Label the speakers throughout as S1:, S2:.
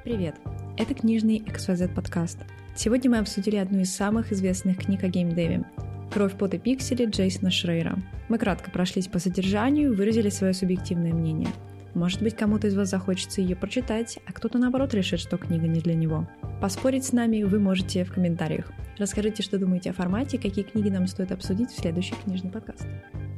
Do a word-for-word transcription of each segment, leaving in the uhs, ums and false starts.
S1: Привет! Это книжный икс уай зет подкаст. Сегодня мы обсудили одну из самых известных книг о геймдеве «Кровь, пот и пиксели» Джейсона Шрейера. Мы кратко прошлись по содержанию и выразили свое субъективное мнение. Может быть, кому-то из вас захочется ее прочитать, а кто-то, наоборот, решит, что книга не для него. Поспорить с нами вы можете в комментариях. Расскажите, что думаете о формате, какие книги нам стоит обсудить в следующий книжный подкаст.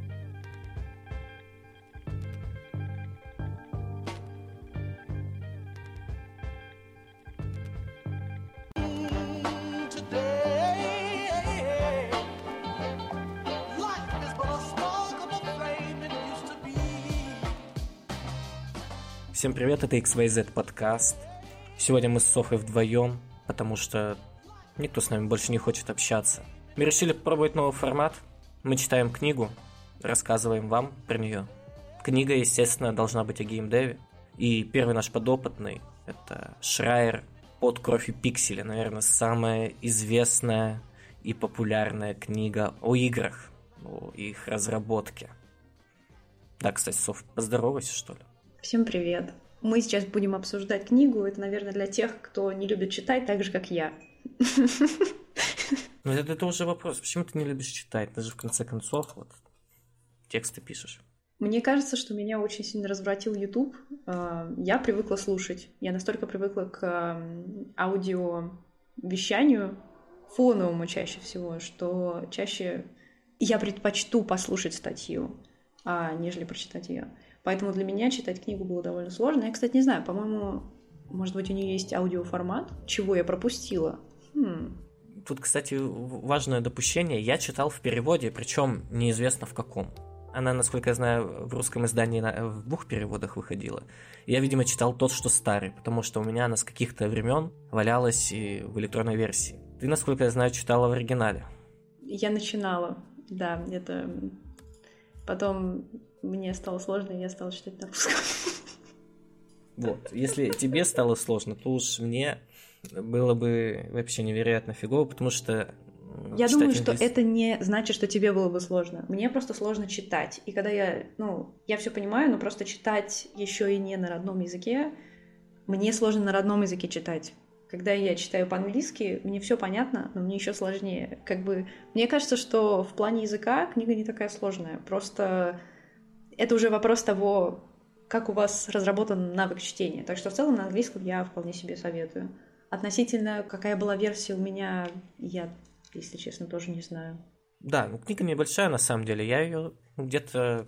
S2: Всем привет, это икс уай зет подкаст. Сегодня мы с Софой вдвоем, потому что никто с нами больше не хочет общаться. Мы решили попробовать новый формат. Мы читаем книгу, рассказываем вам про нее. Книга, естественно, должна быть о геймдеве. И первый наш подопытный — это Шрайер «Пот, кровь и пиксели». Наверное, самая известная и популярная книга о играх, о их разработке. Да, кстати, Соф, поздоровайся, что ли.
S1: Всем привет! Мы сейчас будем обсуждать книгу. Это, наверное, для тех, кто не любит читать так же, как я.
S2: Ну, это, это уже вопрос. Почему ты не любишь читать? Ты же, в конце концов, вот, тексты пишешь.
S1: Мне кажется, что меня очень сильно развратил YouTube. Я привыкла слушать. Я настолько привыкла к аудиовещанию, фоновому чаще всего, что чаще я предпочту послушать статью, нежели прочитать ее. Поэтому для меня читать книгу было довольно сложно. Я, кстати, не знаю, по-моему, может быть, у нее есть аудиоформат, чего я пропустила. Хм.
S2: Тут, кстати, важное допущение. Я читал в переводе, причем неизвестно в каком. Она, насколько я знаю, в русском издании в двух переводах выходила. Я, видимо, читал тот, что старый, потому что у меня она с каких-то времен валялась и в электронной версии. Ты, насколько я знаю, читала в оригинале.
S1: Я начинала, да, это... Потом мне стало сложно, и я стала читать на русском.
S2: Вот, если тебе стало сложно, то уж мне было бы вообще невероятно фигово, потому что...
S1: Я думаю, что это не значит, что тебе было бы сложно. Мне просто сложно читать. И когда я, ну, я все понимаю, но просто читать еще и не на родном языке, мне сложно на родном языке читать. Когда я читаю по-английски, мне все понятно, но мне еще сложнее. Как бы, мне кажется, что в плане языка книга не такая сложная. Просто это уже вопрос того, как у вас разработан навык чтения. Так что в целом на английском я вполне себе советую. Относительно, какая была версия у меня, я, если честно, тоже не знаю.
S2: Да, ну книга небольшая на самом деле. Я ее где-то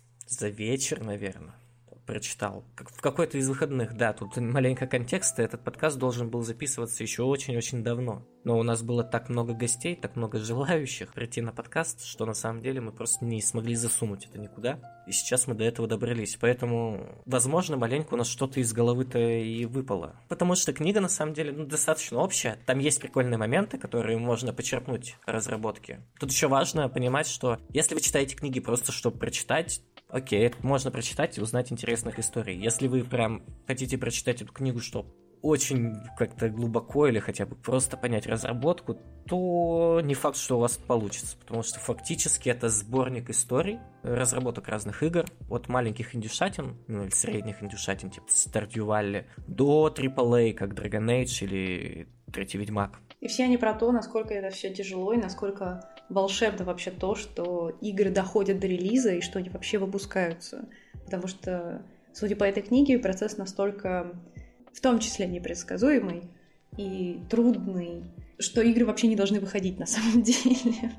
S2: за вечер, наверное, прочитал. Как в какой-то из выходных, да, тут маленько контекста. Этот подкаст должен был записываться еще очень-очень давно. Но у нас было так много гостей, так много желающих прийти на подкаст, что на самом деле мы просто не смогли засунуть это никуда. И сейчас мы до этого добрались. Поэтому, возможно, маленько у нас что-то из головы-то и выпало. Потому что книга, на самом деле, ну, достаточно общая. Там есть прикольные моменты, которые можно почерпнуть в разработке. Тут еще важно понимать, что если вы читаете книги просто чтобы прочитать, окей, это можно прочитать и узнать интересных историй. Если вы прям хотите прочитать эту книгу, чтобы очень как-то глубоко или хотя бы просто понять разработку, то не факт, что у вас получится, потому что фактически это сборник историй, разработок разных игр, от маленьких индюшатин, ну или средних индюшатин, типа Stardew Valley, до трипл эй, как Dragon Age или Третий Ведьмак.
S1: И все они про то, насколько это все тяжело и насколько волшебно вообще то, что игры доходят до релиза и что они вообще выпускаются. Потому что, судя по этой книге, процесс настолько, в том числе, непредсказуемый и трудный, что игры вообще не должны выходить на самом деле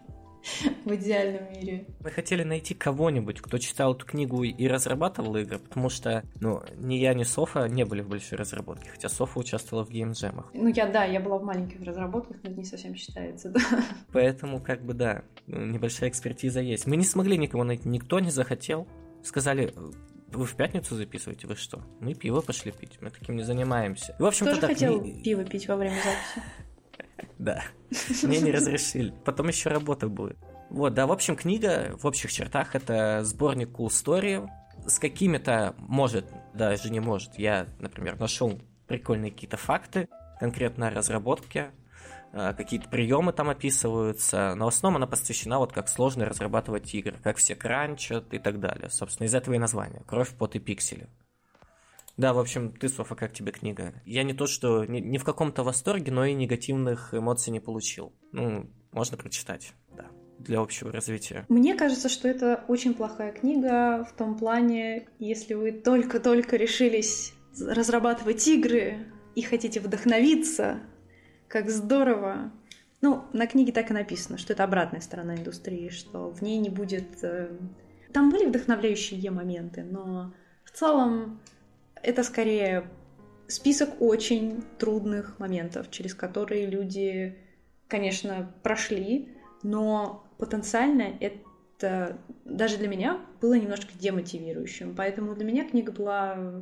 S1: в идеальном мире.
S2: Мы хотели найти кого-нибудь, кто читал эту книгу и разрабатывал игры, потому что, ну, ни я, ни Софа не были в большой разработке, хотя Софа участвовала в геймджемах.
S1: Ну, я, да, я была в маленьких разработках, но это не совсем считается, да.
S2: Поэтому, как бы, да, небольшая экспертиза есть. Мы не смогли никого найти, никто не захотел. Сказали, вы в пятницу записываете, вы что? Мы пиво пошли пить, мы таким не занимаемся. В общем-то,
S1: тоже
S2: так,
S1: хотел
S2: не...
S1: пиво пить во время записи.
S2: Да, мне не разрешили. Потом еще работа будет. Вот, да, в общем, книга в общих чертах это сборник cool story. С какими-то, может, даже не может. Я, например, нашел прикольные какие-то факты конкретно о разработке. Какие-то приемы там описываются, но в основном она посвящена вот как сложно разрабатывать игры, как все кранчат и так далее. Собственно, из этого и название. Кровь, пот и пиксели. Да, в общем, ты, Софа, как тебе книга? Я не то, что не, не в каком-то восторге, но и негативных эмоций не получил. Ну, можно прочитать, да, для общего развития.
S1: Мне кажется, что это очень плохая книга в том плане, если вы только-только решились разрабатывать игры и хотите вдохновиться, как здорово. Ну, на книге так и написано, что это обратная сторона индустрии, что в ней не будет... Там были вдохновляющие моменты, но в целом это скорее список очень трудных моментов, через которые люди, конечно, прошли, но потенциально это даже для меня было немножко демотивирующим. Поэтому для меня книга была...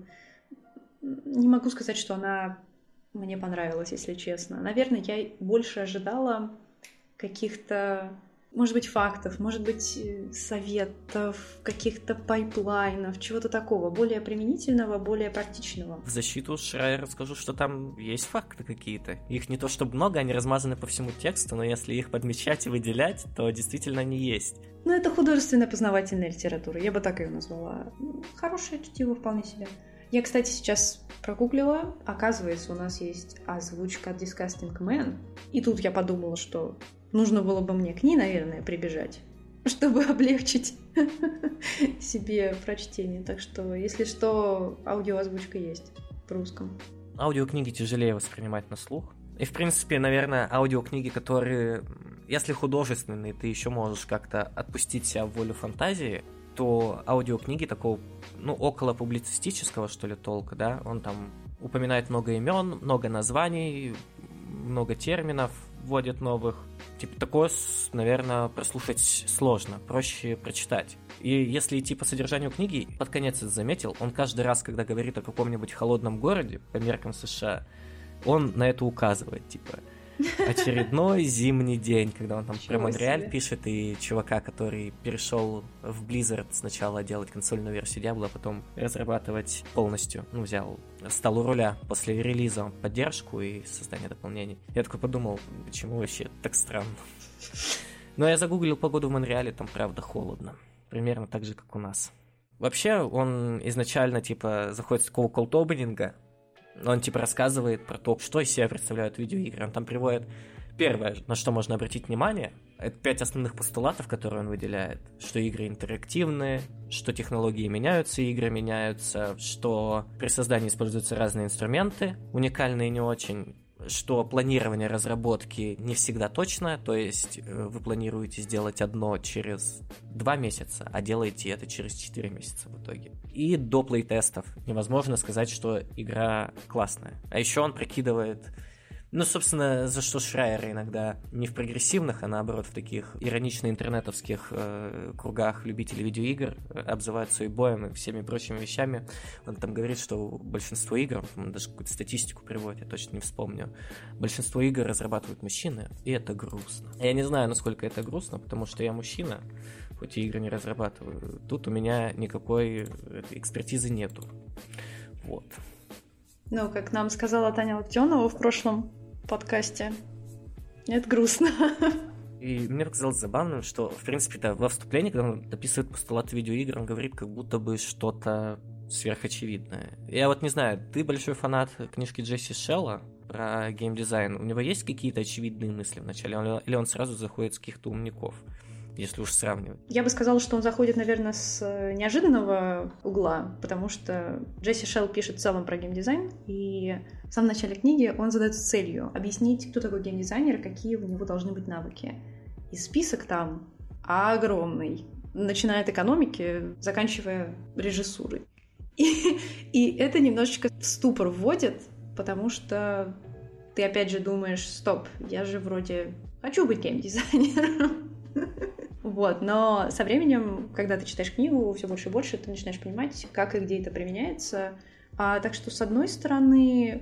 S1: Не могу сказать, что она мне понравилась, если честно. Наверное, я больше ожидала каких-то, может быть, фактов, может быть, советов, каких-то пайплайнов, чего-то такого, более применительного, более практичного.
S2: В защиту Шрайера скажу, что там есть факты какие-то. Их не то чтобы много, они размазаны по всему тексту, но если их подмечать и выделять, то действительно они есть.
S1: Ну, это художественная познавательная литература, я бы так ее назвала. Хорошее чтиво вполне себе. Я, кстати, сейчас прогуглила. Оказывается, у нас есть озвучка от Disgusting Man. И тут я подумала, что нужно было бы мне к ней, наверное, прибежать, чтобы облегчить себе прочтение. Так что, если что, аудиоозвучка есть в русском.
S2: Аудиокниги тяжелее воспринимать на слух. И, в принципе, наверное, аудиокниги, которые, если художественные, ты еще можешь как-то отпустить себя в волю фантазии, то аудиокниги такого, ну, около публицистического, что ли, толка, да, он там упоминает много имен, много названий, много терминов вводит новых. Типа такое, наверное, прослушать сложно, проще прочитать. И если идти по содержанию книги, под конец это заметил, он каждый раз, когда говорит о каком-нибудь холодном городе, по меркам США, он на это указывает, типа... Очередной зимний день, когда он там Чего про Монреаль себе. Пишет, и чувака, который перешел в Blizzard сначала делать консольную версию Diablo, а потом разрабатывать полностью, ну, взял, стал у руля после релиза поддержку и создание дополнений. Я такой подумал, почему вообще так странно. Но я загуглил погоду в Монреале, там правда холодно. Примерно так же, как у нас. Вообще, он изначально, типа, заходит с такого колд-опенинга. Он, типа, рассказывает про то, что из себя представляют видеоигры. Он там приводит первое, на что можно обратить внимание, это пять основных постулатов, которые он выделяет. Что игры интерактивные, что технологии меняются, игры меняются, что при создании используются разные инструменты, уникальные и не очень, что планирование разработки не всегда точно, то есть вы планируете сделать одно через два месяца, а делаете это через четыре месяца в итоге. И до плей-тестов невозможно сказать, что игра классная. А еще он прикидывает, ну, собственно, за что Шрайер иногда не в прогрессивных, а наоборот в таких иронично-интернетовских э, кругах любителей видеоигр обзывают суетбоем и всеми прочими вещами. Он там говорит, что большинство игр, он даже какую-то статистику приводит, я точно не вспомню, большинство игр разрабатывают мужчины, и это грустно. Я не знаю, насколько это грустно, потому что я мужчина, хоть и игры не разрабатываю. Тут у меня никакой экспертизы нету. Вот.
S1: Ну, как нам сказала Таня Локтионова в прошлом подкасте, это грустно.
S2: И мне показалось забавным, что, в принципе-то, во вступлении, когда он описывает постулаты видеоигр, он говорит как будто бы что-то сверхочевидное. Я вот не знаю, ты большой фанат книжки Джесси Шелла про геймдизайн. У него есть какие-то очевидные мысли вначале? Или он сразу заходит с каких-то умников? Если уж сравнивать.
S1: Я бы сказала, что он заходит, наверное, с неожиданного угла, потому что Джесси Шелл пишет в целом про геймдизайн, и в самом начале книги он задается целью объяснить, кто такой геймдизайнер, какие у него должны быть навыки. И список там огромный, начиная от экономики, заканчивая режиссурой. И, и это немножечко в ступор вводит, потому что ты опять же думаешь, стоп, я же вроде хочу быть геймдизайнером. Вот, но со временем, когда ты читаешь книгу, все больше и больше ты начинаешь понимать, как и где это применяется. А, так что, с одной стороны,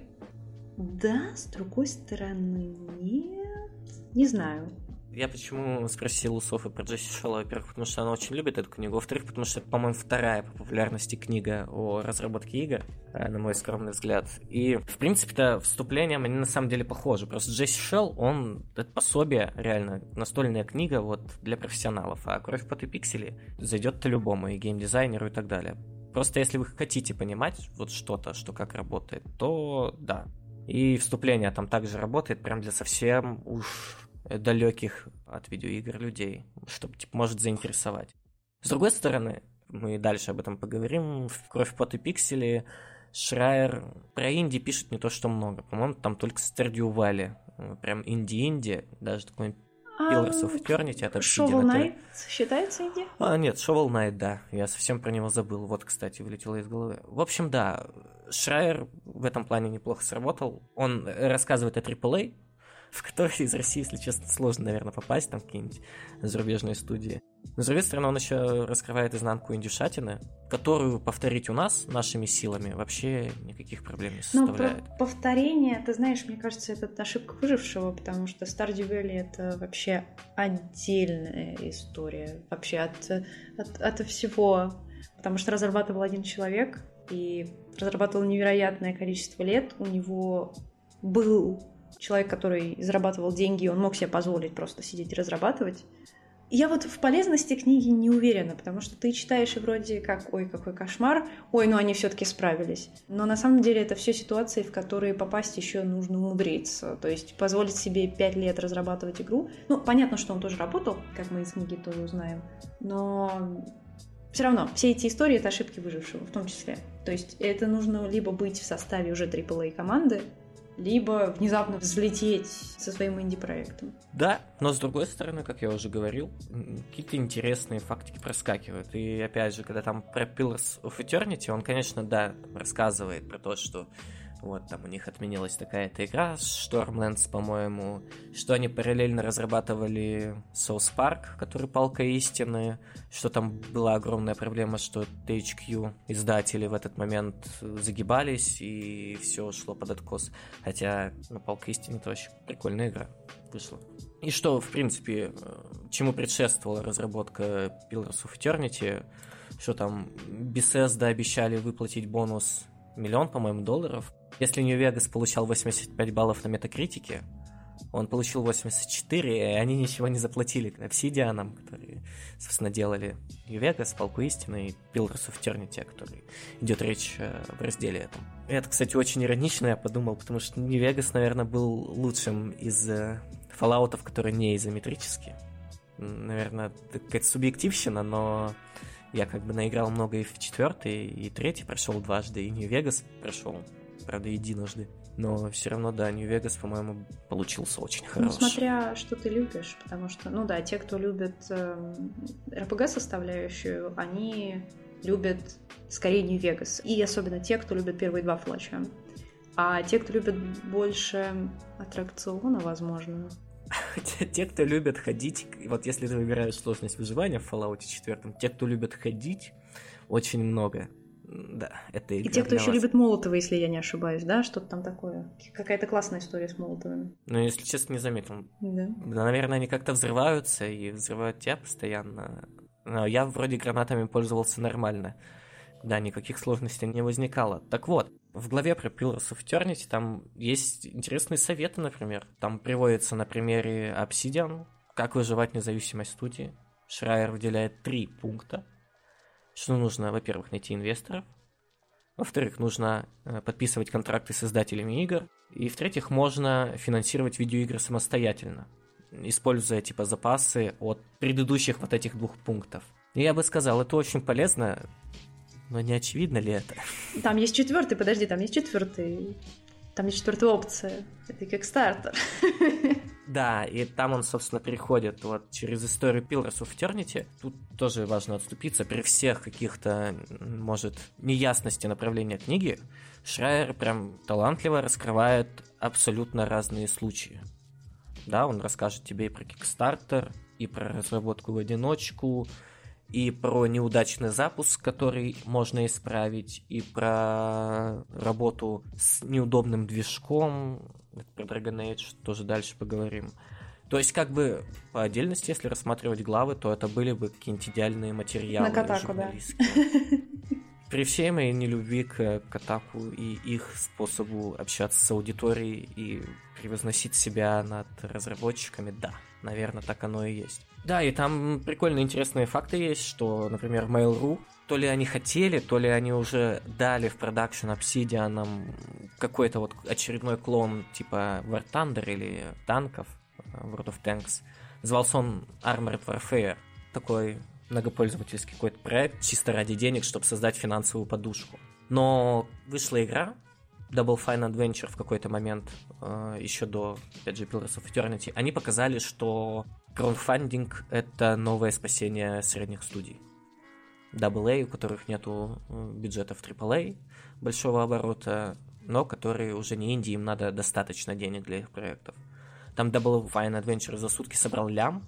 S1: да, с другой стороны, нет. Не знаю.
S2: Я почему спросил у Софы про Джесси Шелла? Во-первых, потому что она очень любит эту книгу. Во-вторых, потому что это, по-моему, вторая по популярности книга о разработке игр, на мой скромный взгляд. И, в принципе-то, вступлением они на самом деле похожи. Просто Джесси Шелл, он, это пособие, реально, настольная книга вот для профессионалов. А «Кровь, пот и пиксели» зайдет-то любому, и геймдизайнеру, и так далее. Просто если вы хотите понимать вот что-то, что как работает, то да. И вступление там также работает прям для совсем уж далеких от видеоигр людей, чтобы, типа, может заинтересовать. С другой стороны, мы дальше об этом поговорим, в «Кровь, пот и пиксели» Шрайер про инди пишет не то что много. По-моему, там только Stardew Valley. Прям инди-инди, даже такой Pillars of Eternity от Obsidian.
S1: Shovel Knight считается инди?
S2: А, нет, Shovel Knight, да. Я совсем про него забыл. Вот, кстати, вылетело из головы. В общем, да, Шрайер в этом плане неплохо сработал. Он рассказывает о трипл эй, в который из России, если честно, сложно, наверное, попасть, там какие-нибудь зарубежные студии. Но, с другой стороны, он еще раскрывает изнанку индюшатины, которую повторить у нас нашими силами вообще никаких проблем не составляет.
S1: Ну, повторение, ты знаешь, мне кажется, это ошибка выжившего, потому что Stardew Valley — это вообще отдельная история, вообще от, от, от всего, потому что разрабатывал один человек, и разрабатывал невероятное количество лет, у него был человек, который зарабатывал деньги, и он мог себе позволить просто сидеть и разрабатывать. Я вот в полезности книги не уверена, потому что ты читаешь и вроде как, ой, какой кошмар, ой, ну они все-таки справились. Но на самом деле это все ситуации, в которые попасть еще нужно умудриться. То есть позволить себе пять лет разрабатывать игру. Ну, понятно, что он тоже работал, как мы из книги тоже узнаем, но все равно все эти истории — это ошибки выжившего в том числе. То есть это нужно либо быть в составе уже трипл эй команды, либо внезапно взлететь со своим инди-проектом.
S2: Да, но с другой стороны, как я уже говорил, какие-то интересные фактики проскакивают. И опять же, когда там про Pillars of Eternity, он, конечно, да, рассказывает про то, что вот там у них отменилась такая-то игра, Stormlands, по-моему, что они параллельно разрабатывали South Park, который палка истины, что там была огромная проблема, что ти эйч кью издатели в этот момент загибались, и все шло под откос. Хотя, ну, палка истины — это вообще прикольная игра вышла. И что, в принципе, чему предшествовала разработка Pillars of Eternity, что там Bethesda обещали выплатить бонус миллион, по-моему, долларов. Если New Vegas получал восемьдесят пять баллов на Метакритике, он получил восемьдесят четыре, и они ничего не заплатили Obsidian, которые, собственно, делали New Vegas, Палку истины и Pillars of Eternity, о которой идет речь в разделе этом. И это, кстати, очень иронично, я подумал, потому что New Vegas, наверное, был лучшим из Fallout'ов, которые не изометрические. Наверное, какая-то субъективщина, но я как бы наиграл много и в четвертый, и третий прошел дважды, и New Vegas прошел, правда, единожды. Но все равно, да, New Vegas, по-моему, получился очень хороший.
S1: Ну, смотря, что ты любишь, потому что, ну да, те, кто любит э, эр пи джи-составляющую, они любят скорее New Vegas. И особенно те, кто любит первые два флача. А те, кто любит больше аттракциона, возможно...
S2: Те, кто любят ходить, вот если ты выбираешь сложность выживания в Fallout четыре, те, кто любят ходить, очень много. Да, это игра.
S1: И те, кто еще
S2: вас.
S1: любит Молотова, если я не ошибаюсь, да, что-то там такое. Какая-то классная история с Молотовыми.
S2: Ну, если честно, не заметил.
S1: Да.
S2: Да, наверное, они как-то взрываются и взрывают тебя постоянно. Но я вроде гранатами пользовался нормально. Да, никаких сложностей не возникало. Так вот, в главе про Pillars of Eternity там есть интересные советы, например. Там приводится на примере Obsidian, как выживать в независимой студии. Шрайер выделяет три пункта. Что нужно, во-первых, найти инвесторов. Во-вторых, нужно подписывать контракты с издателями игр. И в-третьих, можно финансировать видеоигры самостоятельно, используя типа запасы от предыдущих вот этих двух пунктов. И я бы сказал, это очень полезно. Но не очевидно ли это?
S1: Там есть четвертый, подожди, там есть четвертый. Там есть четвертая опция. Это Kickstarter.
S2: Да, и там он, собственно, переходит вот через историю Pillars of Eternity. Тут тоже важно отступиться. При всех каких-то, может, неясности направления книги, Шрайер прям талантливо раскрывает абсолютно разные случаи. Да, он расскажет тебе и про Kickstarter, и про разработку в одиночку, и про неудачный запуск, который можно исправить, и про работу с неудобным движком, про Dragon Age тоже дальше поговорим. То есть, как бы, по отдельности, если рассматривать главы, то это были бы какие-нибудь идеальные материалы журналистские. Да. При всей моей нелюбви к Котаку и их способу общаться с аудиторией и превозносить себя над разработчиками, да. наверное, так оно и есть. Да, и там прикольные интересные факты есть, что, например, Mail.ru, то ли они хотели, то ли они уже дали в продакшн Obsidian какой-то вот очередной клон типа War Thunder или танков, World of Tanks. Назывался он Armored Warfare. Такой многопользовательский какой-то проект, чисто ради денег, чтобы создать финансовую подушку. Но вышла игра Double Fine Adventure в какой-то момент, э, еще до, опять же, Pillars of Eternity. Они показали, что краундфандинг — это новое спасение средних студий. дабл эй, у которых нету бюджетов трипл эй, большого оборота, но которые уже не инди, им надо достаточно денег для их проектов. Там Double Fine Adventure за сутки собрал лям,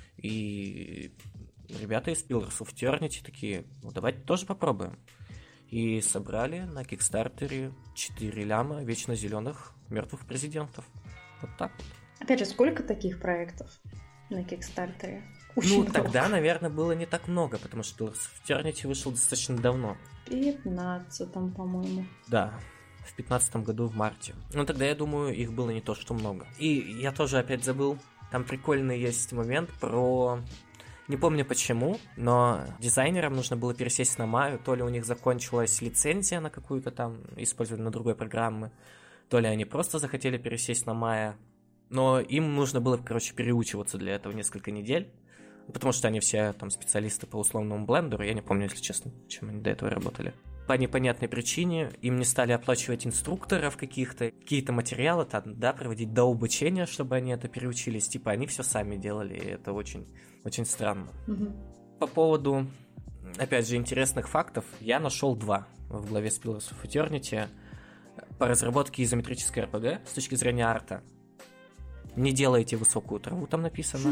S2: и ребята из Pillars of Eternity такие, ну давайте тоже попробуем. И собрали на Кикстартере четыре ляма вечно зеленых мертвых президентов. Вот так вот.
S1: Опять же, сколько таких проектов на Кикстартере? Очень
S2: ну,
S1: много.
S2: Тогда, наверное, было не так много, потому что Pillars of Eternity вышел достаточно давно.
S1: В пятнадцатом, по-моему.
S2: Да, в пятнадцатом году в марте. Ну, тогда, я думаю, их было не то, что много. И я тоже опять забыл, там прикольный есть момент про... Не помню почему, но дизайнерам нужно было пересесть на Maya, то ли у них закончилась лицензия на какую-то там, использовали на другой программы, то ли они просто захотели пересесть на Maya, но им нужно было, короче, переучиваться для этого несколько недель, потому что они все там специалисты по условному блендеру, я не помню, если честно, чем они до этого работали. По непонятной причине им не стали оплачивать инструкторов каких-то, какие-то материалы там, да, проводить до обучения, чтобы они это переучились. Типа они все сами делали, и это очень, очень странно. Mm-hmm. По поводу, опять же, интересных фактов, я нашел два в главе с Pillars of Eternity по разработке изометрической эр пи джи с точки зрения арта. Не делайте высокую траву, там написано.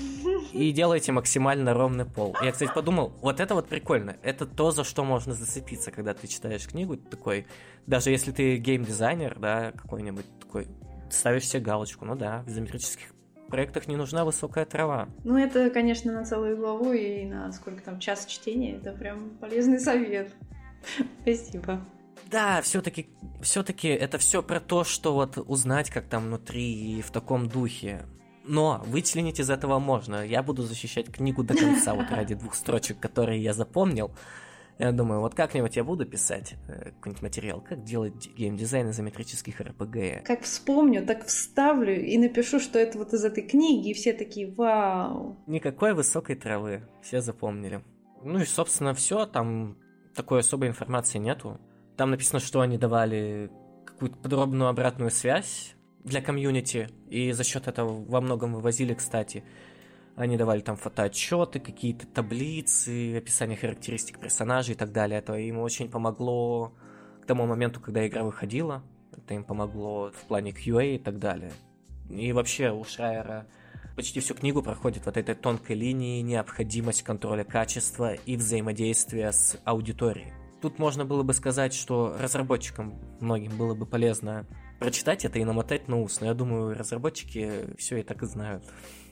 S2: И делайте максимально ровный пол. Я, кстати, подумал, вот это вот прикольно. Это то, за что можно зацепиться, когда ты читаешь книгу. Такой, даже если ты геймдизайнер, да, какой-нибудь такой, ставишь себе галочку. Ну да, в изометрических проектах не нужна высокая трава.
S1: Ну, это, конечно, на целую главу и на сколько там, час чтения. Это прям полезный совет. Спасибо.
S2: Да, все-таки, все-таки это все про то, что вот узнать, как там внутри и в таком духе. Но вычленить из этого можно. Я буду защищать книгу до конца, вот ради двух строчек, которые я запомнил. Я думаю, вот как-нибудь я буду писать э, какой-нибудь материал, как делать геймдизайн изометрических эр пи джи.
S1: Как вспомню, так вставлю и напишу, что это вот из этой книги, и все такие, вау.
S2: Никакой высокой травы, все запомнили. Ну и, собственно, все, там такой особой информации нету. Там написано, что они давали какую-то подробную обратную связь для комьюнити, и за счет этого во многом вывозили, кстати. Они давали там фотоотчеты, какие-то таблицы, описание характеристик персонажей и так далее. Это им очень помогло к тому моменту, когда игра выходила. Это им помогло в плане кью эй и так далее. И вообще у Шрайера почти всю книгу проходит вот этой тонкой линии необходимость контроля качества и взаимодействия с аудиторией. Тут можно было бы сказать, что разработчикам многим было бы полезно прочитать это и намотать на ус. Но я думаю, разработчики все и так и знают,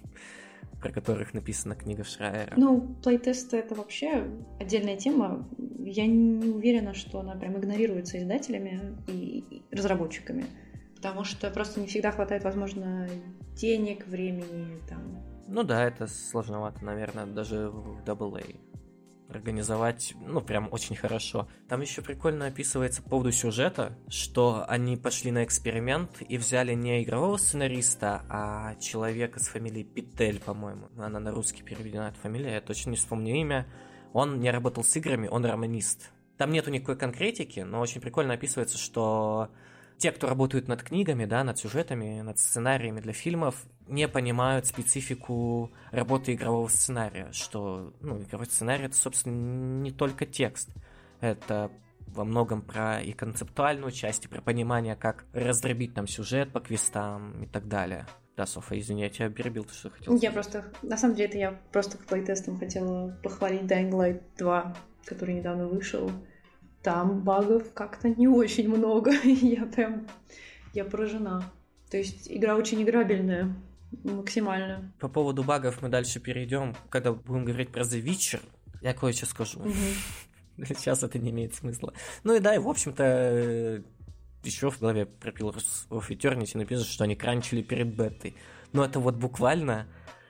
S2: про которых написана книга Шрайера.
S1: Ну, плейтесты — это вообще отдельная тема. Я не уверена, что она прям игнорируется издателями и разработчиками. Потому что просто не всегда хватает, возможно, денег, времени. Там.
S2: Ну да, это сложновато, наверное, даже в дабл эй. Организовать, ну, прям очень хорошо. Там еще прикольно описывается по поводу сюжета, что они пошли на эксперимент и взяли не игрового сценариста, а человека с фамилией Петель, по-моему. Она на русский переведена, эта фамилия, я точно не вспомню имя. Он не работал с играми, он романист. Там нету никакой конкретики, но очень прикольно описывается, что те, кто работают над книгами, да, над сюжетами, над сценариями для фильмов, не понимают специфику работы игрового сценария, что, ну, игровой сценарий — это, собственно, не только текст. Это во многом про и концептуальную часть, и про понимание, как раздробить там сюжет по квестам и так далее. Да, Софа, извини, я тебя перебил, ты что хотел сказать?
S1: Я просто, на самом деле, это я просто к плейтестам хотела похвалить Dying Light два, который недавно вышел. Там багов как-то не очень много, я прям, я поражена. То есть игра очень играбельная, максимально.
S2: По поводу багов мы дальше перейдем, когда будем говорить про The Witcher, я кое-что скажу. Mm-hmm. Сейчас это не имеет смысла. Ну и да, и в общем-то, еще в главе про Pillars of Eternity написано, что они кранчили перед бетой. Но это вот буквально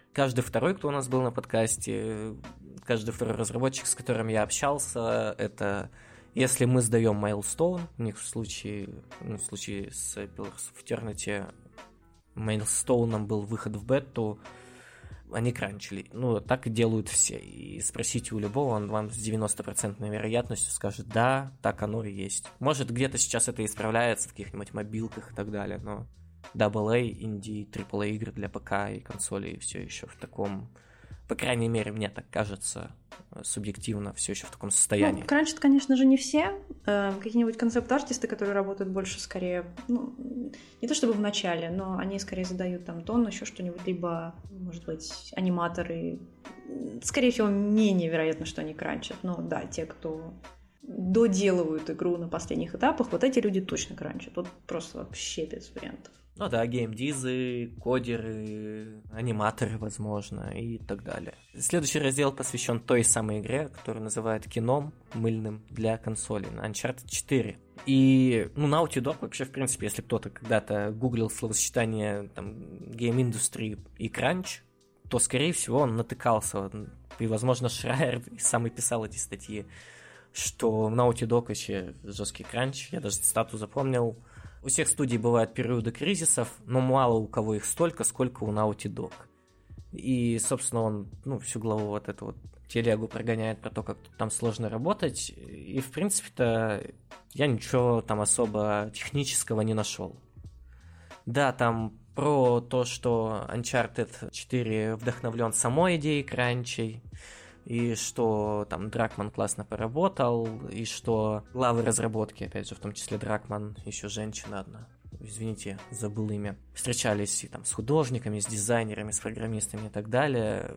S2: Каждый второй, кто у нас был на подкасте, каждый второй разработчик, с которым я общался, это если мы сдаем Milestone, у них в случае, ну, в случае с Pillars of Eternity Milestone был выход в бету, они кранчили. Ну, так и делают все. И спросите у любого, он вам с девяносто процентов вероятностью скажет, да, так оно и есть. Может, где-то сейчас это исправляется в каких-нибудь мобилках и так далее, но дабл эй, инди, трипл эй игры для ПК и консолей все еще в таком, по крайней мере, мне так кажется, субъективно, все еще в таком состоянии.
S1: Ну, кранчат, конечно же, не все. Э, какие-нибудь концепт-артисты, которые работают больше, скорее, ну, не то чтобы в начале, но они скорее задают там тон, еще что-нибудь, либо, может быть, аниматоры. Скорее всего, менее вероятно, что они кранчат. Но да, те, кто доделывают игру на последних этапах, вот эти люди точно кранчат. Вот просто вообще без вариантов.
S2: Ну да, геймдизы, кодеры, аниматоры, возможно, и так далее. Следующий раздел посвящен той самой игре, которую называют кином мыльным для консолей, на Uncharted четыре. И, ну, Naughty Dog вообще, в принципе, если кто-то когда-то гуглил словосочетание там гейм-индустрии и кранч, то, скорее всего, он натыкался, и, возможно, Шрайер сам и писал эти статьи, что в Naughty Dog вообще жесткий кранч, я даже стату запомнил. У всех студий бывают периоды кризисов, но мало у кого их столько, сколько у Naughty Dog. И, собственно, он, ну, всю главу вот эту вот телегу прогоняет про то, как там сложно работать. И, в принципе-то, я ничего там особо технического не нашел. Да, там про то, что Uncharted четыре вдохновлен самой идеей кранчей, и что там Дракман классно поработал, и что главы разработки, опять же, в том числе Дракман, еще женщина одна, извините, забыл имя, встречались и там с художниками, с дизайнерами, с программистами и так далее.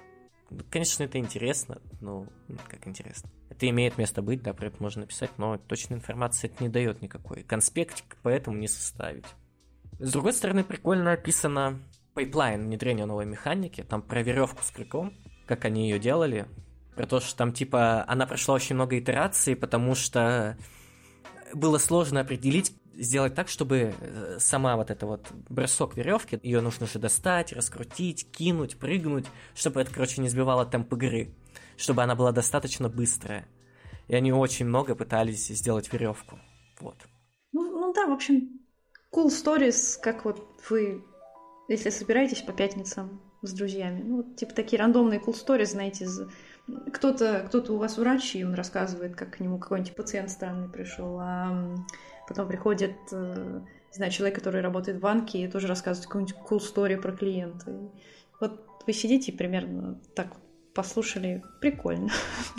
S2: Конечно, это интересно, ну, как интересно. Это имеет место быть, да, про это можно написать, но точной информации это не дает никакой. Конспектик поэтому не составить. С другой стороны, прикольно описано пайплайн внедрения новой механики, там про веревку с крюком, как они ее делали, про то, что там, типа, она прошла очень много итераций, потому что было сложно определить, сделать так, чтобы сама вот эта вот бросок веревки, ее нужно же достать, раскрутить, кинуть, прыгнуть, чтобы это, короче, не сбивало темп игры, чтобы она была достаточно быстрая. И они очень много пытались сделать веревку. Вот.
S1: Ну, ну да, в общем, cool stories, как вот вы, если собираетесь по пятницам с друзьями. Ну, вот, типа такие рандомные cool stories, знаете, из... кто-то, кто-то у вас врач, и он рассказывает, как к нему какой-нибудь пациент странный пришел, а потом приходит, не знаю, человек, который работает в банке, и тоже рассказывает какую-нибудь cool story про клиента. И вот вы сидите и примерно так послушали, прикольно.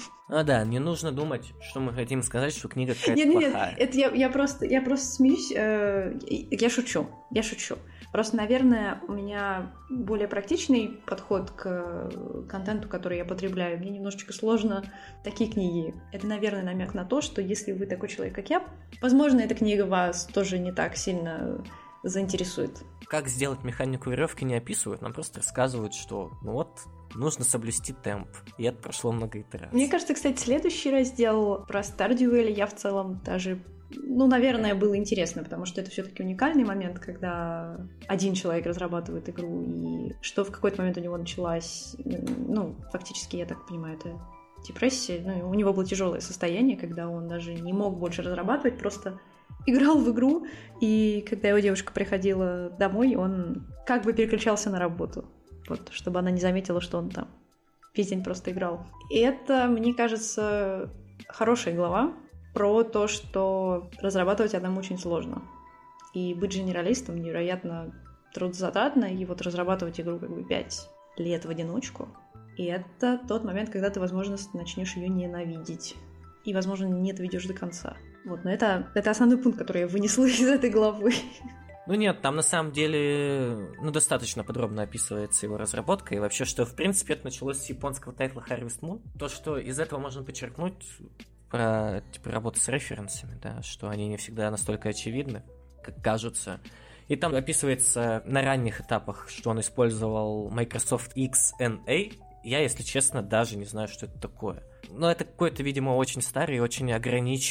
S2: А да, не нужно думать, что мы хотим сказать, что книга какая-то
S1: нет,
S2: плохая.
S1: Нет, это я, я, просто, я просто смеюсь, э, я шучу, я шучу. Просто, наверное, у меня более практичный подход к контенту, который я потребляю. Мне немножечко сложно такие книги. Это, наверное, намек на то, что если вы такой человек, как я, возможно, эта книга вас тоже не так сильно заинтересует.
S2: Как сделать механику веревки не описывают, нам просто рассказывают, что ну вот нужно соблюсти темп, и это прошло много итераций.
S1: Мне кажется, кстати, следующий раздел про Stardew я в целом даже, ну, наверное, было интересно, потому что это все-таки уникальный момент, когда один человек разрабатывает игру, и что в какой-то момент у него началась, ну, фактически, я так понимаю, это депрессия, ну, у него было тяжелое состояние, когда он даже не мог больше разрабатывать, просто играл в игру, и когда его девушка приходила домой, он как бы переключался на работу, вот, чтобы она не заметила, что он там весь день просто играл. И это, мне кажется, хорошая глава про то, что разрабатывать одному очень сложно. И быть генералистом невероятно трудозатратно, и вот разрабатывать игру как бы пять лет в одиночку. И это тот момент, когда ты, возможно, начнешь ее ненавидеть. И, возможно, не доведешь до конца. Вот, но это, это основной пункт, который я вынесла из этой главы.
S2: Ну нет, там на самом деле ну, достаточно подробно описывается его разработка, и вообще, что в принципе это началось с японского тайтла Harvest Moon. То, что из этого можно подчеркнуть про типа, работу с референсами, да, что они не всегда настолько очевидны, как кажутся. И там описывается на ранних этапах, что он использовал Microsoft икс эн эй. Я, если честно, даже не знаю, что это такое. Но это какой-то, видимо, очень старый, очень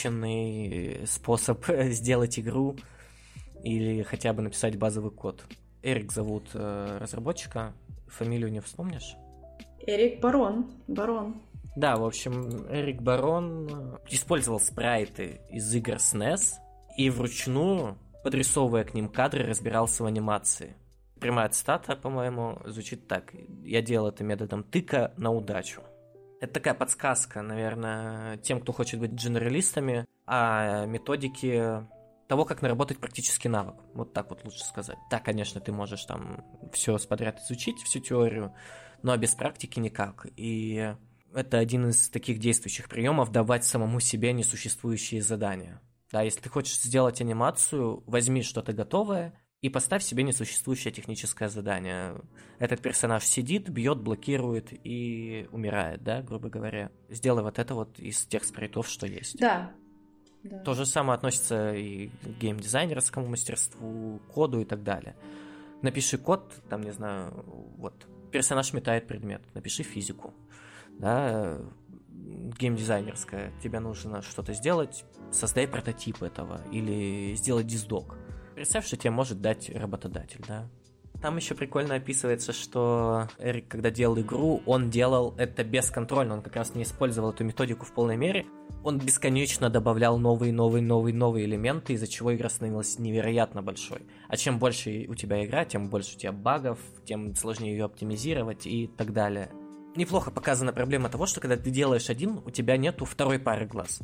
S2: ограниченный способ сделать игру или хотя бы написать базовый код. Эрик зовут э, разработчика, фамилию не вспомнишь?
S1: Эрик Барон, Барон.
S2: Да, в общем, Эрик Барон использовал спрайты из игр эс эн и эс и вручную, подрисовывая к ним кадры, разбирался в анимации. Прямая цитата, по-моему, звучит так. «Я делал это методом тыка на удачу». Это такая подсказка, наверное, тем, кто хочет быть дженералистами, о методике того, как наработать практический навык. Вот так вот лучше сказать. Да, конечно, ты можешь там все подряд изучить, всю теорию, но без практики никак. И это один из таких действующих приемов — давать самому себе несуществующие задания. Да, если ты хочешь сделать анимацию, возьми что-то готовое и поставь себе несуществующее техническое задание. Этот персонаж сидит, бьет, блокирует и умирает, да, грубо говоря. Сделай вот это вот из тех спрайтов, что есть.
S1: Да. Да.
S2: То же самое относится и к геймдизайнерскому мастерству, коду и так далее. Напиши код, там, не знаю, вот, персонаж метает предмет, напиши физику, да, геймдизайнерская, тебе нужно что-то сделать, создай прототип этого или сделай диздок. Представь, что тебе может дать работодатель, да. Там еще прикольно описывается, что Эрик, когда делал игру, он делал это бесконтрольно, он как раз не использовал эту методику в полной мере. Он бесконечно добавлял новые, новые, новые, новые элементы, из-за чего игра становилась невероятно большой. А чем больше у тебя игра, тем больше у тебя багов, тем сложнее ее оптимизировать и так далее. Неплохо показана проблема того, что когда ты делаешь один, у тебя нету второй пары глаз.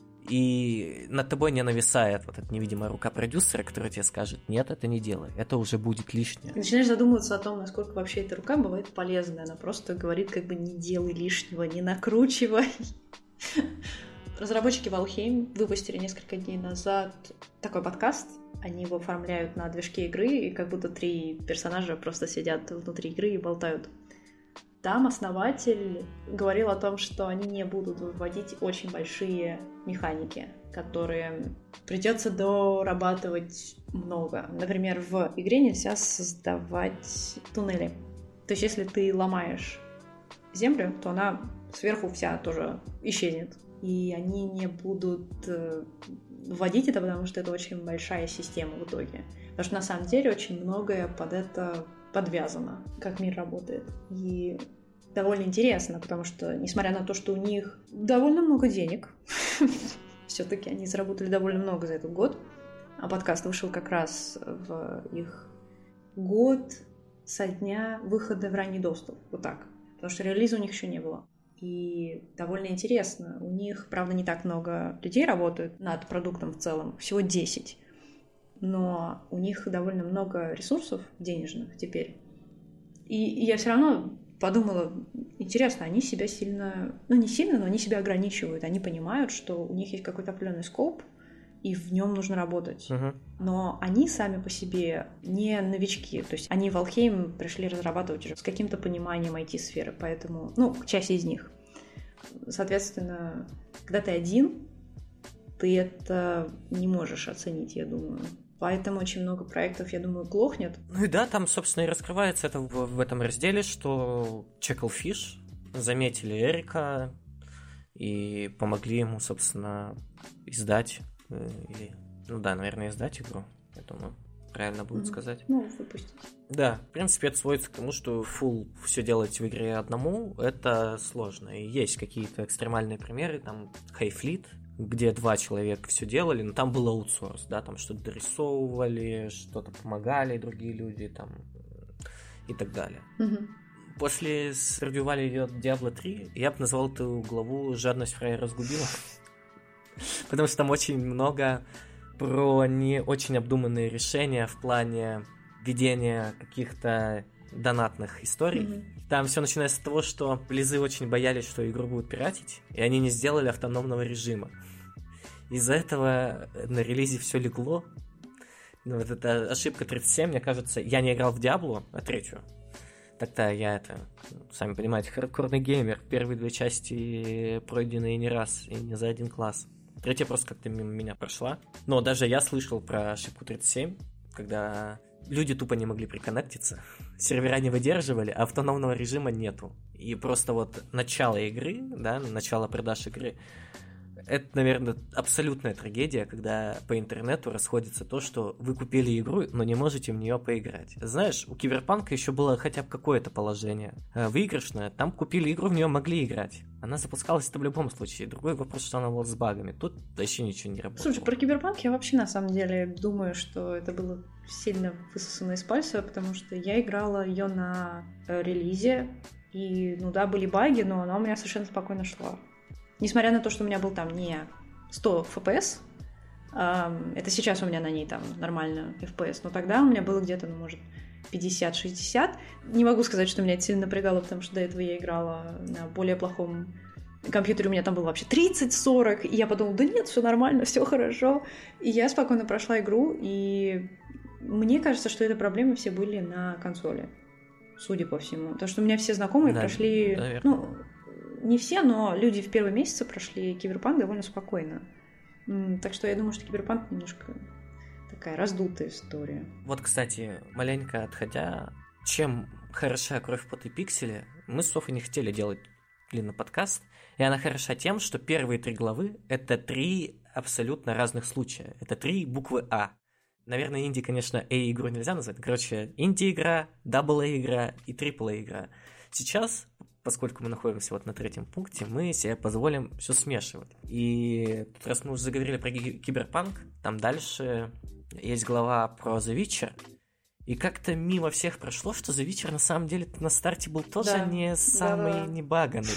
S2: И над тобой не нависает вот эта невидимая рука продюсера, которая тебе скажет: нет, это не делай, это уже будет лишнее.
S1: И начинаешь задумываться о том, насколько вообще эта рука бывает полезная. Она просто говорит, как бы, не делай лишнего, не накручивай. Разработчики Valheim выпустили несколько дней назад такой подкаст. Они его оформляют на движке игры, и как будто три персонажа просто сидят внутри игры и болтают. Там основатель говорил о том, что они не будут выводить очень большие механики, которые придется дорабатывать много. Например, в игре нельзя создавать туннели. То есть, если ты ломаешь землю, то она сверху вся тоже исчезнет. И они не будут вводить это, потому что это очень большая система в итоге. Потому что на самом деле очень многое под это подвязано, как мир работает. И довольно интересно, потому что, несмотря на то, что у них довольно много денег, все-таки они заработали довольно много за этот год, а подкаст вышел как раз в их год со дня выхода в ранний доступ. Вот так. Потому что релиза у них еще не было. И довольно интересно. У них, правда, не так много людей работают над продуктом в целом, всего десять. Но у них довольно много ресурсов денежных теперь. И, и я все равно подумала, интересно, они себя сильно... Ну, не сильно, но они себя ограничивают. Они понимают, что у них есть какой-то определенный скоп, и в нем нужно работать. Uh-huh. Но они сами по себе не новички. То есть они в Valheim пришли разрабатывать уже с каким-то пониманием ай ти-сферы, поэтому... Ну, часть из них. Соответственно, когда ты один, ты это не можешь оценить, я думаю. Поэтому очень много проектов, я думаю, глохнет.
S2: Ну и да, там, собственно, и раскрывается это в, в этом разделе, что Chucklefish заметили Эрика и помогли ему, собственно, издать, или, ну да, наверное, издать игру, я думаю, правильно будет mm-hmm. сказать.
S1: Ну, выпустить.
S2: Да, в принципе, это сводится к тому, что full все делать в игре одному, это сложно. И есть какие-то экстремальные примеры, там, Hayfleet, где два человека все делали, но там был аутсорс, да, там что-то дорисовывали, что-то помогали другие люди, там, и так далее.
S1: Mm-hmm.
S2: После Stardew идет Diablo три, я бы назвал эту главу «Жадность фраера разгубила», потому что там очень много про не очень обдуманные решения в плане ведения каких-то донатных историй. Mm-hmm. Там все начинается с того, что Близы очень боялись, что игру будут пиратить, и они не сделали автономного режима. Из-за этого на релизе все легло. Ну, вот эта ошибка тридцать семь, мне кажется, я не играл в Диаблу, а третью. Так-то я это, сами понимаете, хардкорный геймер. Первые две части пройденные не раз и не за один класс. Третья просто как-то мимо меня прошла. Но даже я слышал про ошибку тридцать семь, когда люди тупо не могли приконнектиться, сервера не выдерживали, а автономного режима нету. И просто вот начало игры, да, начало продаж игры, это, наверное, абсолютная трагедия, когда по интернету расходится то, что вы купили игру, но не можете в нее поиграть. Знаешь, у Киберпанка еще было хотя бы какое-то положение выигрышное. Там купили игру, в нее могли играть. Она запускалась-то в любом случае. Другой вопрос, что она была с багами. Тут вообще ничего не работало.
S1: Слушай, про Киберпанк я вообще на самом деле думаю, что это было сильно высосано из пальца, потому что я играла ее на релизе, и, ну да, были баги, но она у меня совершенно спокойно шла. Несмотря на то, что у меня был там не сто эф пи эс, это сейчас у меня на ней там нормально эф пи эс, но тогда у меня было где-то, ну, может, пятьдесят-шестьдесят. Не могу сказать, что меня это сильно напрягало, потому что до этого я играла на более плохом компьютере, у меня там было вообще тридцать-сорок, и я подумала, да нет, все нормально, все хорошо. И я спокойно прошла игру, и мне кажется, что это проблемы все были на консоли, судя по всему. Потому что у меня все знакомые да, прошли... Наверное. Ну, не все, но люди в первые месяцы прошли Киберпанк довольно спокойно. Так что я думаю, что Киберпанк немножко такая раздутая история.
S2: Вот, кстати, маленько отходя, чем хороша «Кровь, пот и пиксели», мы с Софой не хотели делать длинный подкаст, и она хороша тем, что первые три главы — это три абсолютно разных случая. Это три буквы «А». Наверное, инди, конечно, A-игру нельзя назвать. Короче, инди-игра, дабл-A-игра и трипл-A-игра. Сейчас, поскольку мы находимся вот на третьем пункте, мы себе позволим все смешивать. И тут, раз мы уже заговорили про Киберпанк, там дальше есть глава про The Witcher, и как-то мимо всех прошло, что The Witcher на самом деле на старте был тоже да. не самый да, да. небаганный.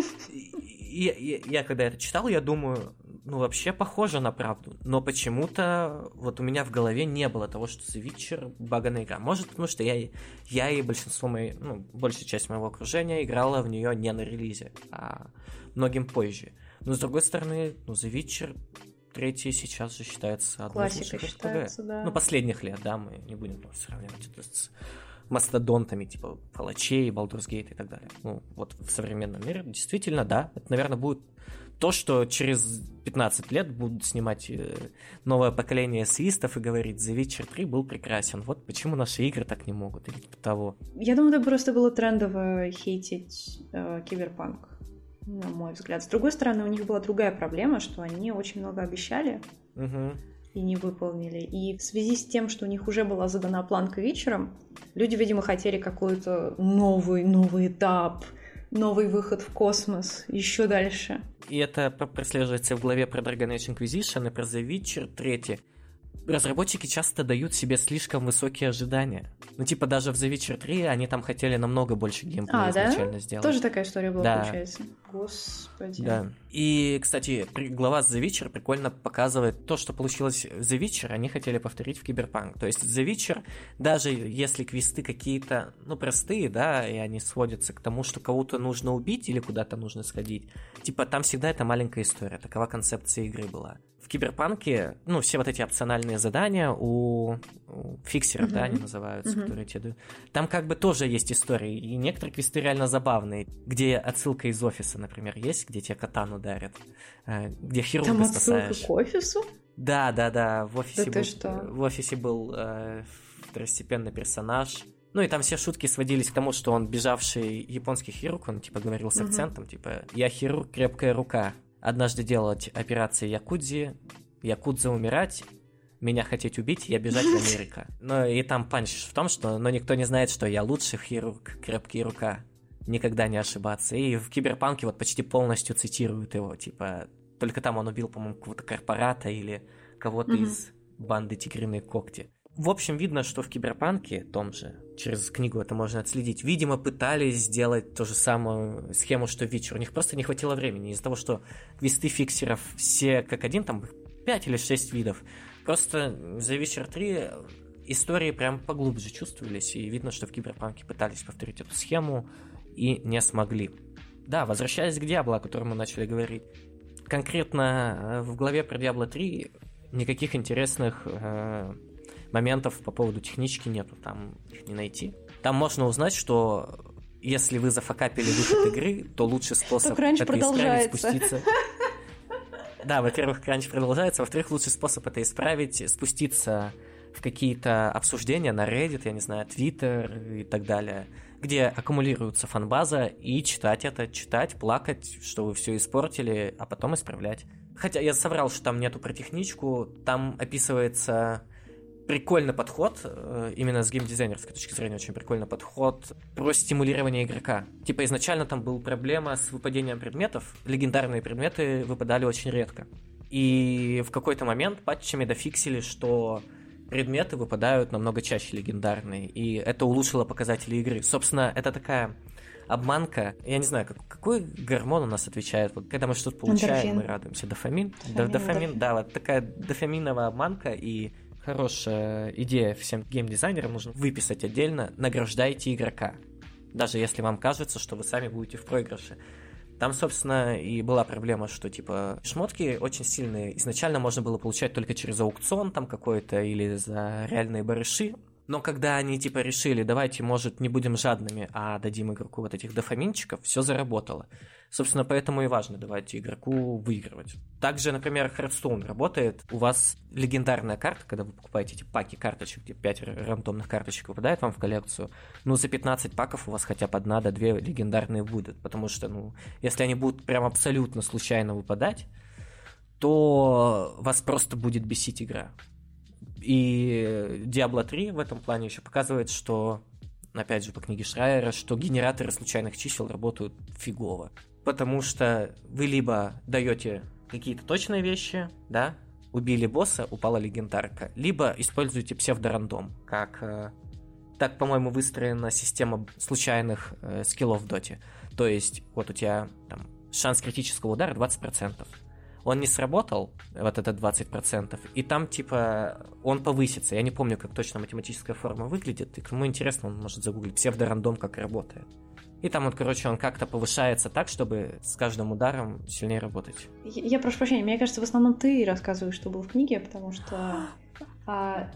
S2: И, и, я когда это читал, я думаю, ну вообще похоже на правду, но почему-то вот у меня в голове не было того, что The Witcher баганая игра. Может, потому что я, я и большинство моей, ну, большая часть моего окружения играла в нее не на релизе, а многим позже. Но с другой стороны, ну The Witcher третий сейчас же считается одной из лучших эр пи джи. Да. Ну, последних лет, да, мы не будем там сравнивать это с мастодонтами, типа Палачей, Baldur's Gate и так далее. Ну, вот в современном мире действительно, да, это, наверное, будет то, что через пятнадцать лет будут снимать новое поколение эссеистов и говорить, The Witcher три был прекрасен. Вот почему наши игры так не могут, или типа того.
S1: Я думаю, это просто было трендово хейтить э, Киберпанк, на мой взгляд. С другой стороны, у них была другая проблема, что они очень много обещали
S2: угу.
S1: и не выполнили. И в связи с тем, что у них уже была задана планка вечером, люди, видимо, хотели какой-то новый, новый этап, новый выход в космос, еще дальше.
S2: И это прослеживается в главе про Dragon Age Inquisition и про The Witcher три. Разработчики часто дают себе слишком высокие ожидания. Ну, типа, даже в The Witcher три они там хотели намного больше геймплея
S1: а,
S2: изначально
S1: да?
S2: сделать.
S1: Тоже такая история была,
S2: да.
S1: получается. Господи.
S2: Да. И, кстати, глава The Witcher прикольно показывает то, что получилось в The Witcher, они хотели повторить в Киберпанк. То есть The Witcher, даже если квесты какие-то, ну, простые, да, и они сводятся к тому, что кого-то нужно убить или куда-то нужно сходить, типа, там всегда это маленькая история. Такова концепция игры была. В Киберпанке, ну, все вот эти опциональные задания у, у фиксеров, uh-huh. да, они называются, uh-huh. которые тебе дают. Там как бы тоже есть истории, и некоторые квесты реально забавные, где отсылка из офиса, например, есть, где тебе катану дарят, где хирурга спасаешь.
S1: Там отсылка к офису?
S2: Да, да, да, в офисе
S1: да
S2: был,
S1: что?
S2: В офисе был э, второстепенный персонаж. Ну и там все шутки сводились к тому, что он бежавший японский хирург, он типа говорил с акцентом, uh-huh. типа «Я хирург, крепкая рука». Однажды делать операции якудзи, якудза умирать, меня хотеть убить, я бежать в Америку. Ну и там панч в том, что но никто не знает, что я лучший хирург, крепкая рука, никогда не ошибаться. И в Киберпанке вот почти полностью цитируют его, типа, только там он убил, по-моему, какого-то корпората или кого-то mm-hmm. из банды Тигриные когти. В общем, видно, что в Киберпанке, том же, через книгу это можно отследить, видимо, пытались сделать ту же самую схему, что в Witcher. У них просто не хватило времени из-за того, что квесты фиксеров все как один, там пять или шесть видов. Просто The Witcher три истории прям поглубже чувствовались, и видно, что в Киберпанке пытались повторить эту схему и не смогли. Да, возвращаясь к Диабло, о котором мы начали говорить. Конкретно в главе про Диабло три никаких интересных... Э- моментов по поводу технички нету, там их не найти. Там можно узнать, что если вы зафакапили выход игры, то лучший способ это исправить, спуститься... Да, во-первых, кранч продолжается, во-вторых, лучший способ это исправить, спуститься в какие-то обсуждения на Reddit, я не знаю, Twitter и так далее, где аккумулируется фанбаза, и читать это, читать, плакать, что вы все испортили, а потом исправлять. Хотя я соврал, что там нету про техничку, там описывается прикольный подход, именно с геймдизайнерской точки зрения очень прикольный подход про стимулирование игрока. Типа изначально там была проблема с выпадением предметов, легендарные предметы выпадали очень редко. И в какой-то момент патчами дофиксили, что предметы выпадают намного чаще легендарные, и это улучшило показатели игры. Собственно, это такая обманка. Я не знаю, как, какой гормон у нас отвечает, вот, когда мы что-то получаем, эндорфин. Мы радуемся. Дофамин? Дофамин, да, дофамин, дофамин, да, вот такая дофаминовая обманка, и хорошая идея всем геймдизайнерам нужно выписать отдельно: награждайте игрока, даже если вам кажется, что вы сами будете в проигрыше. Там, собственно, и была проблема, что, типа, шмотки очень сильные. Изначально можно было получать только через аукцион там какой-то или за реальные барыши. Но когда они, типа, решили, давайте, может, не будем жадными, а дадим игроку вот этих дофаминчиков, все заработало. Собственно, поэтому и важно давать игроку выигрывать. Также, например, Hearthstone работает. У вас легендарная карта, когда вы покупаете эти паки карточек, где пять рандомных карточек выпадает вам в коллекцию, ну, за пятнадцать паков у вас хотя бы одна до две легендарные будут. Потому что, ну, если они будут прям абсолютно случайно выпадать, то вас просто будет бесить игра. И Diablo три в этом плане еще показывает, что, опять же, по книге Шрайера, что генераторы случайных чисел работают фигово. Потому что вы либо даете какие-то точные вещи, да, убили босса, упала легендарка, либо используете псевдорандом, как э, так, по-моему, выстроена система случайных э, скиллов в доте. То есть, вот у тебя там шанс критического удара двадцать процентов. Он не сработал, вот это двадцать процентов, и там, типа, он повысится. Я не помню, как точно математическая форма выглядит, и кому интересно, он может загуглить псевдорандом, как работает. И там, вот, короче, он как-то повышается так, чтобы с каждым ударом сильнее работать.
S1: Я, я прошу прощения, мне кажется, в основном ты рассказываешь, что было в книге, потому что а,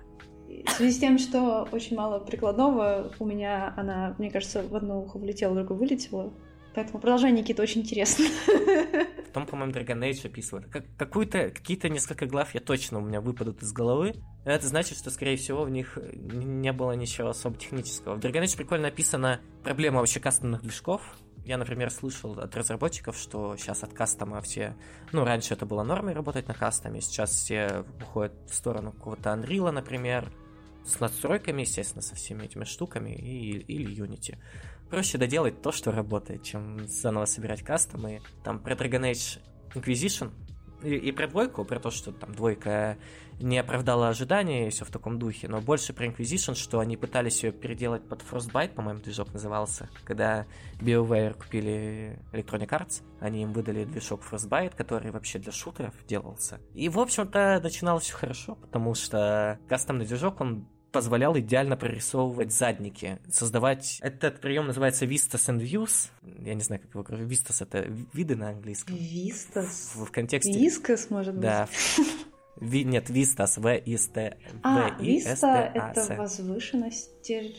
S1: в связи с тем, что очень мало прикладного, у меня она, мне кажется, в одно ухо влетела, в другое вылетела. Поэтому продолжение, Никита, очень интересно.
S2: Потом, по-моему, Dragon Age описывает. Как, какую-то, какие-то несколько глав я точно у меня выпадут из головы. Это значит, что, скорее всего, в них не было ничего особо технического. В Dragon Age прикольно описана проблема вообще кастомных движков. Я, например, слышал от разработчиков, что сейчас от кастома все... Ну, раньше это было нормой работать на кастоме, сейчас все уходят в сторону какого-то Unreal, например, с надстройками, естественно, со всеми этими штуками, и, или Unity. Проще доделать то, что работает, чем заново собирать кастомы. Там про Dragon Age Inquisition и, и про двойку, про то, что там двойка не оправдала ожидания и все в таком духе, но больше про Inquisition, что они пытались ее переделать под Frostbite, по-моему, движок назывался, когда BioWare купили Electronic Arts, они им выдали движок Frostbite, который вообще для шутеров делался. И, в общем-то, начиналось все хорошо, потому что кастомный движок, он позволял идеально прорисовывать задники, создавать... Этот прием называется Vistas and Views. Я не знаю, как его говорю. Vistas — это виды на английском.
S1: Vistas?
S2: В, в контексте...
S1: Vistas, может быть?
S2: Да. Ви... Нет, Vistas. В-И-С-Т.
S1: А, Vista — это возвышенность...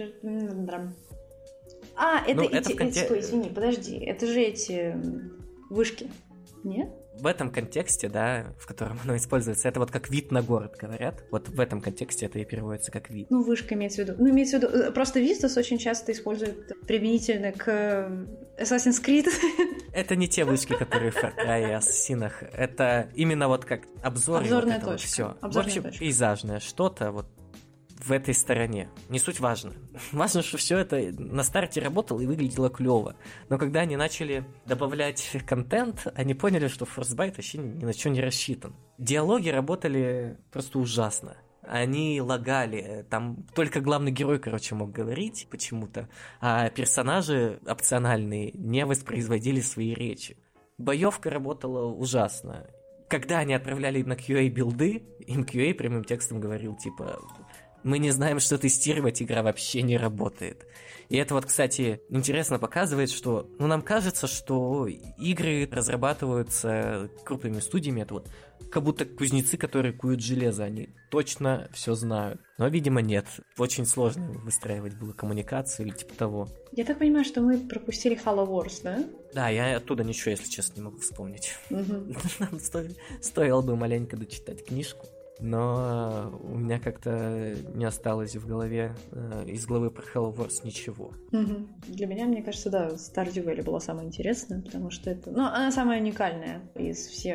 S1: А, это
S2: ну,
S1: эти...
S2: это конте...
S1: Стой, извини, подожди. Это же эти вышки. Нет?
S2: В этом контексте, да, в котором оно используется, это вот как вид на город, говорят. Вот в этом контексте это и переводится как вид.
S1: Ну, вышка имеется в виду. Ну, имеется в виду... Просто Vistas очень часто используют применительно к Assassin's Creed. Это
S2: не те вышки, которые в Far Cry и Ассасинах. Это именно вот как обзор.
S1: Обзорная
S2: вот
S1: точка.
S2: Вот все.
S1: Обзорная
S2: в общем,
S1: точка.
S2: Пейзажное что-то вот в этой стороне. Не суть важно. Важно, что все это на старте работало и выглядело клево. Но когда они начали добавлять контент, они поняли, что Frostbite вообще ни на что не рассчитан. Диалоги работали просто ужасно. Они лагали, там только главный герой, короче, мог говорить почему-то, а персонажи опциональные не воспроизводили свои речи. Боевка работала ужасно. Когда они отправляли на кью эй-билды, им кью эй прямым текстом говорил, типа... Мы не знаем, что тестировать, игра вообще не работает. И это вот, кстати, интересно показывает, что... Ну, нам кажется, что игры разрабатываются крупными студиями. Это вот как будто кузнецы, которые куют железо. Они точно все знают. Но, видимо, нет. Очень сложно выстраивать было коммуникацию или типа того.
S1: Я так понимаю, что мы пропустили Halo Wars, да?
S2: Да, я оттуда ничего, если честно, не могу вспомнить.
S1: Угу.
S2: Нам стоило бы маленько дочитать книжку. Но у меня как-то не осталось в голове э, из главы про Halo Wars ничего.
S1: Угу. Для меня, мне кажется, да, Stardew Valley была самая интересная, потому что это... Ну, она самая уникальная из всех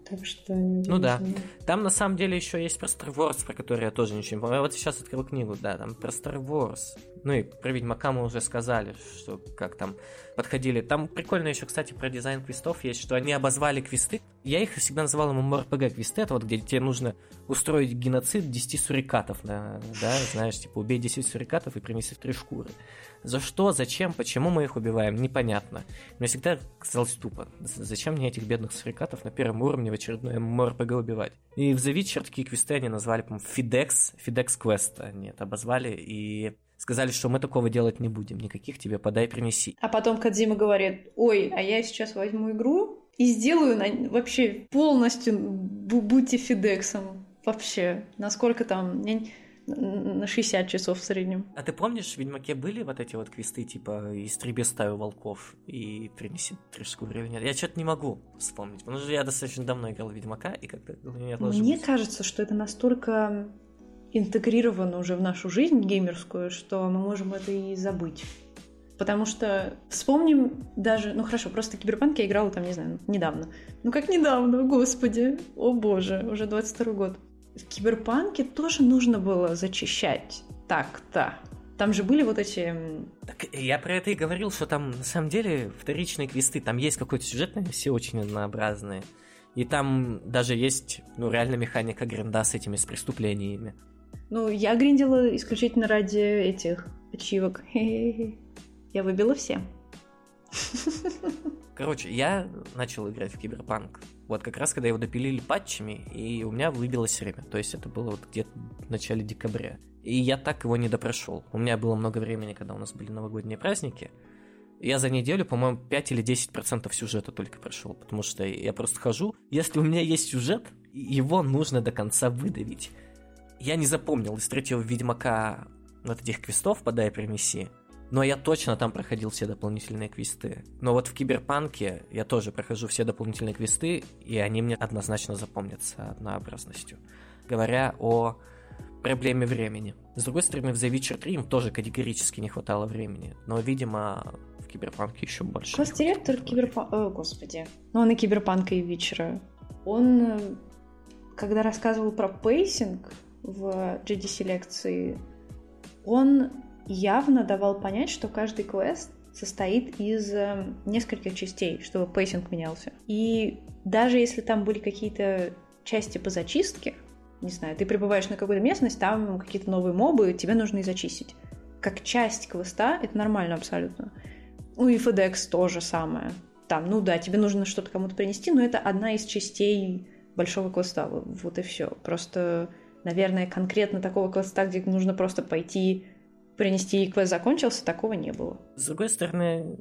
S1: Так что не
S2: Ну да. Там на самом деле еще есть про Star Wars, про который я тоже ничего не помню. Я вот сейчас открыл книгу, да, там про Star Wars. Ну и про Ведьмака мы уже сказали, что как там подходили. Там прикольно еще, кстати, про дизайн квестов есть, что они обозвали квесты. Я их всегда называл MMORPG квесты. Это вот где тебе нужно устроить геноцид десяти сурикатов, да, да, знаешь, типа убей десять сурикатов и принеси три шкуры. За что, зачем, почему мы их убиваем, непонятно. Мне всегда казалось тупо. Зачем мне этих бедных сурикатов на первом уровне в очередной MMORPG убивать? И в The Witcher такие квесты они назвали, по-моему, FedEx, FedEx Quest они это обозвали, и сказали, что мы такого делать не будем, никаких тебе подай, принеси.
S1: А потом Кодзима говорит, ой, а я сейчас возьму игру и сделаю на... вообще полностью будьте Фидексом. Вообще, насколько там... на шестьдесят часов в среднем.
S2: А ты помнишь, в Ведьмаке были вот эти вот квесты, типа «Истреби стаю волков» и «Принеси три шкуры» или нет? Я что-то не могу вспомнить, потому что я достаточно давно играл в Ведьмака, и как-то не отложилось.
S1: Мне кажется, что это настолько интегрировано уже в нашу жизнь геймерскую, что мы можем это и забыть. Потому что вспомним даже... Ну хорошо, просто Киберпанк я играла там, не знаю, недавно. Ну как недавно, господи, о боже, уже двадцать второй год. В Киберпанке тоже нужно было зачищать так-то. Там же были вот эти...
S2: Так я про это и говорил, что там на самом деле вторичные квесты, там есть какой-то сюжет, они все очень однообразные. И там даже есть, ну, реально механика гринда с этими, с преступлениями.
S1: Ну, я гриндила исключительно ради этих ачивок. Я выбила все.
S2: Короче, я начал играть в Киберпанк. Вот как раз, когда его допилили патчами, и у меня выбилось время. То есть это было вот где-то в начале декабря. И я так его не допрошел. У меня было много времени, когда у нас были новогодние праздники. Я за неделю, по-моему, пять или десять процентов сюжета только прошел. Потому что я просто хожу. Если у меня есть сюжет, его нужно до конца выдавить. Я не запомнил из третьего Ведьмака вот этих квестов «Подай, принеси». Но я точно там проходил все дополнительные квесты. Но вот в Киберпанке я тоже прохожу все дополнительные квесты, и они мне однозначно запомнятся однообразностью. Говоря о проблеме времени. С другой стороны, в The Witcher три им тоже категорически не хватало времени. Но, видимо, в Киберпанке еще больше.
S1: Класс-директор Киберпанка... О, господи. Ну, он и Киберпанка, и Витчера. Он, когда рассказывал про пейсинг в джи ди си-лекции, он... явно давал понять, что каждый квест состоит из э, нескольких частей, чтобы пейсинг менялся. И даже если там были какие-то части по зачистке, не знаю, ты прибываешь на какую-то местность, там какие-то новые мобы, тебе нужно их зачистить. Как часть квеста это нормально абсолютно. Ну и FedEx тоже самое. Там, ну да, тебе нужно что-то кому-то принести, но это одна из частей большого квеста. Вот и все. Просто, наверное, конкретно такого квеста, где нужно просто пойти принести, и квест закончился, такого не было.
S2: С другой стороны,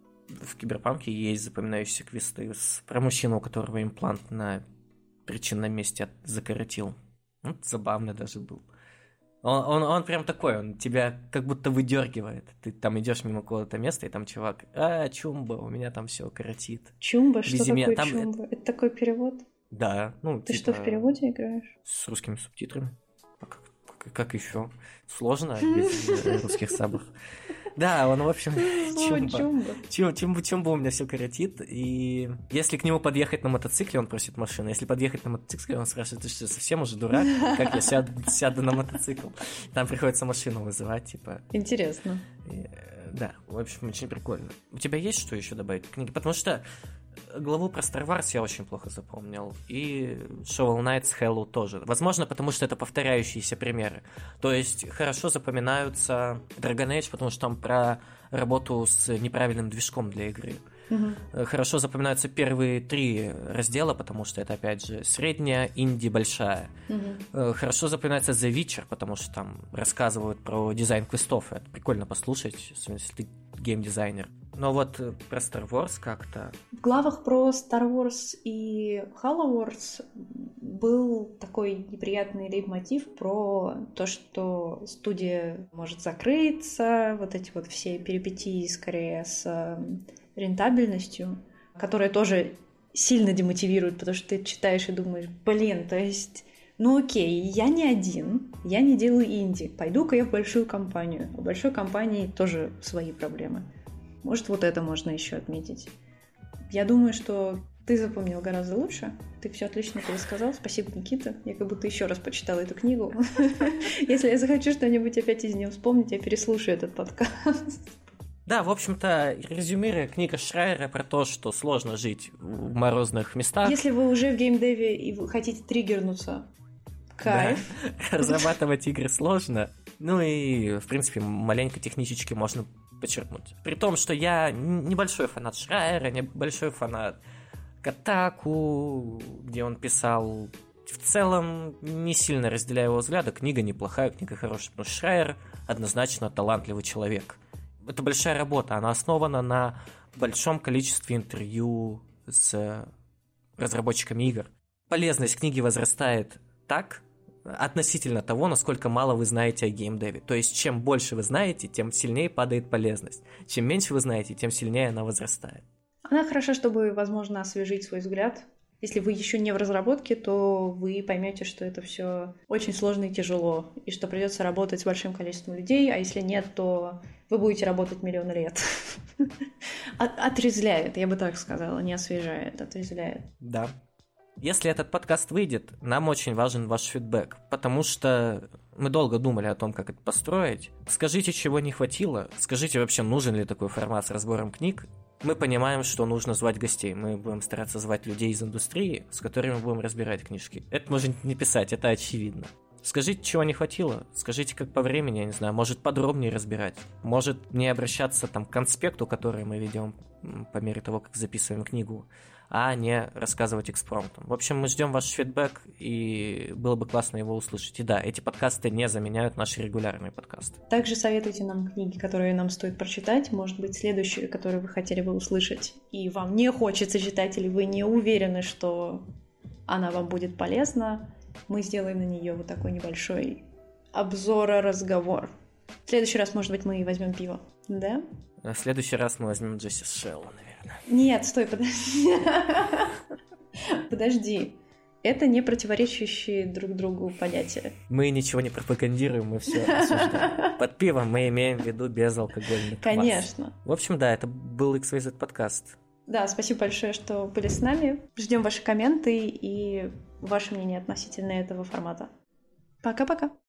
S2: в Киберпанке есть запоминающиеся квесты про мужчину, у которого имплант на причинном месте закоротил. Ну, забавно даже был. Он, он, он прям такой, он тебя как будто выдергивает. Ты там идешь мимо какого-то места, и там чувак, а, Чумба, у меня там все коротит.
S1: Чумба? Что такое
S2: меня... там...
S1: Чумба? Это такой перевод?
S2: Да. Ну,
S1: Ты
S2: типа...
S1: что, в переводе играешь?
S2: С русскими субтитрами. А как, как, как еще? Сложно без русских сабов. Да, он, в общем, Чумба. Чумба. Чумба у меня все коротит, и если к нему подъехать на мотоцикле, он просит машину. Если подъехать на мотоцикле, он спрашивает, ты что, совсем уже дурак? Как я сяду, сяду на мотоцикл? Там приходится машину вызывать, типа.
S1: Интересно.
S2: И, да, в общем, очень прикольно. У тебя есть что еще добавить к книге? Потому что главу про Star Wars я очень плохо запомнил. И Shovel Knight с Halo тоже. Возможно, потому что это повторяющиеся примеры. То есть хорошо запоминаются Dragon Age, потому что там про работу с неправильным движком для игры. Угу. Хорошо запоминаются первые три раздела, потому что это, опять же, средняя, инди, большая. Угу. Хорошо запоминается The Witcher, потому что там рассказывают про дизайн квестов. Это прикольно послушать, если ты геймдизайнер. Но вот про Star Wars как-то...
S1: В главах про Star Wars и Halo Wars был такой неприятный лейтмотив про то, что студия может закрыться, вот эти вот все перипетии скорее с рентабельностью, которая тоже сильно демотивирует, потому что ты читаешь и думаешь, блин, то есть... Ну окей, я не один, я не делаю инди, пойду-ка я в большую компанию. У большой компании тоже свои проблемы. Может, вот это можно еще отметить. Я думаю, что Ты запомнил гораздо лучше. Ты все отлично пересказал. Спасибо, Никита. Я как будто еще раз почитала эту книгу. Если я захочу что-нибудь опять из нее вспомнить, я переслушаю этот подкаст.
S2: Да, в общем-то, резюмируя, книга Шрайера про то, что сложно жить в морозных местах.
S1: Если вы уже в геймдеве и вы хотите триггернуться, кайф.
S2: Да. Разрабатывать игры сложно. Ну и, в принципе, маленько технически можно подчеркнуть. При том, что я небольшой фанат Шрайера, небольшой фанат Котаку, где он писал. В целом, не сильно разделяю его взгляды. Книга неплохая, книга хорошая, потому что Шрайер однозначно талантливый человек. Это большая работа, она основана на большом количестве интервью с разработчиками игр. Полезность книги возрастает так, относительно того, насколько мало вы знаете о геймдеве. То есть, чем больше вы знаете, тем сильнее падает полезность. Чем меньше вы знаете, тем сильнее она возрастает.
S1: Она хороша, чтобы, возможно, освежить свой взгляд. Если вы еще не в разработке, то вы поймете, что это все очень сложно и тяжело, и что придется работать с большим количеством людей, а если нет, то вы будете работать миллионы лет. Отрезвляет, я бы так сказала, не освежает, отрезвляет.
S2: Да. Если этот подкаст выйдет, нам очень важен ваш фидбэк, потому что мы долго думали о том, как это построить. Скажите, чего не хватило, скажите вообще, нужен ли такой формат с разбором книг. Мы понимаем, что нужно звать гостей, мы будем стараться звать людей из индустрии, с которыми будем разбирать книжки. Это можно не писать, это очевидно. Скажите, чего не хватило, скажите, как по времени, я не знаю, может подробнее разбирать, может не обращаться там к конспекту, который мы ведем по мере того, как записываем книгу, а не рассказывать экспромтом. В общем, мы ждем ваш фидбэк, и было бы классно его услышать. И да, эти подкасты не заменяют наши регулярные подкасты.
S1: Также советуйте нам книги, которые нам стоит прочитать, может быть, следующие, которые вы хотели бы услышать, и вам не хочется читать, или вы не уверены, что она вам будет полезна. Мы сделаем на нее вот такой небольшой обзор-разговор. В следующий раз, может быть, мы возьмем пиво, да?
S2: В следующий раз мы возьмем Джесси Шелла, наверное.
S1: Нет, стой, подожди. Подожди. Это не противоречащие друг другу понятия.
S2: Мы ничего не пропагандируем, мы все обсуждаем. Под пивом мы имеем в виду безалкогольный квас.
S1: Конечно.
S2: В общем, да, это был икс вай зет подкаст.
S1: Да, спасибо большое, что были с нами. Ждем ваши комменты и ваше мнение относительно этого формата. Пока-пока.